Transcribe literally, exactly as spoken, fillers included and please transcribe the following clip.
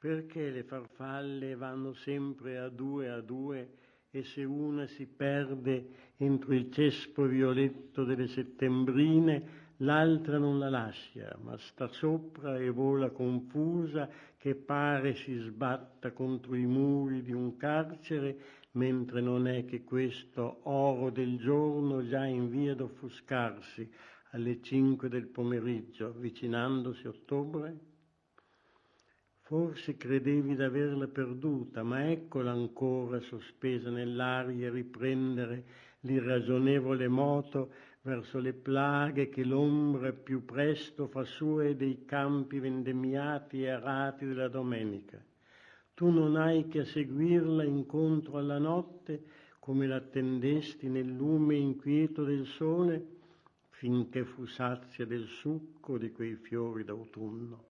Perché le farfalle vanno sempre a due a due e se una si perde entro il cespo violetto delle settembrine, l'altra non la lascia, ma sta sopra e vola confusa che pare si sbatta contro i muri di un carcere, mentre non è che questo oro del giorno già in via d'offuscarsi alle cinque del pomeriggio, avvicinandosi ottobre? Forse credevi d'averla perduta, ma eccola ancora sospesa nell'aria riprendere l'irragionevole moto verso le plaghe che l'ombra più presto fa sue dei campi vendemmiati e arati della domenica. Tu non hai che a seguirla incontro alla notte, come l'attendesti nel lume inquieto del sole, finché fu sazia del succo di quei fiori d'autunno.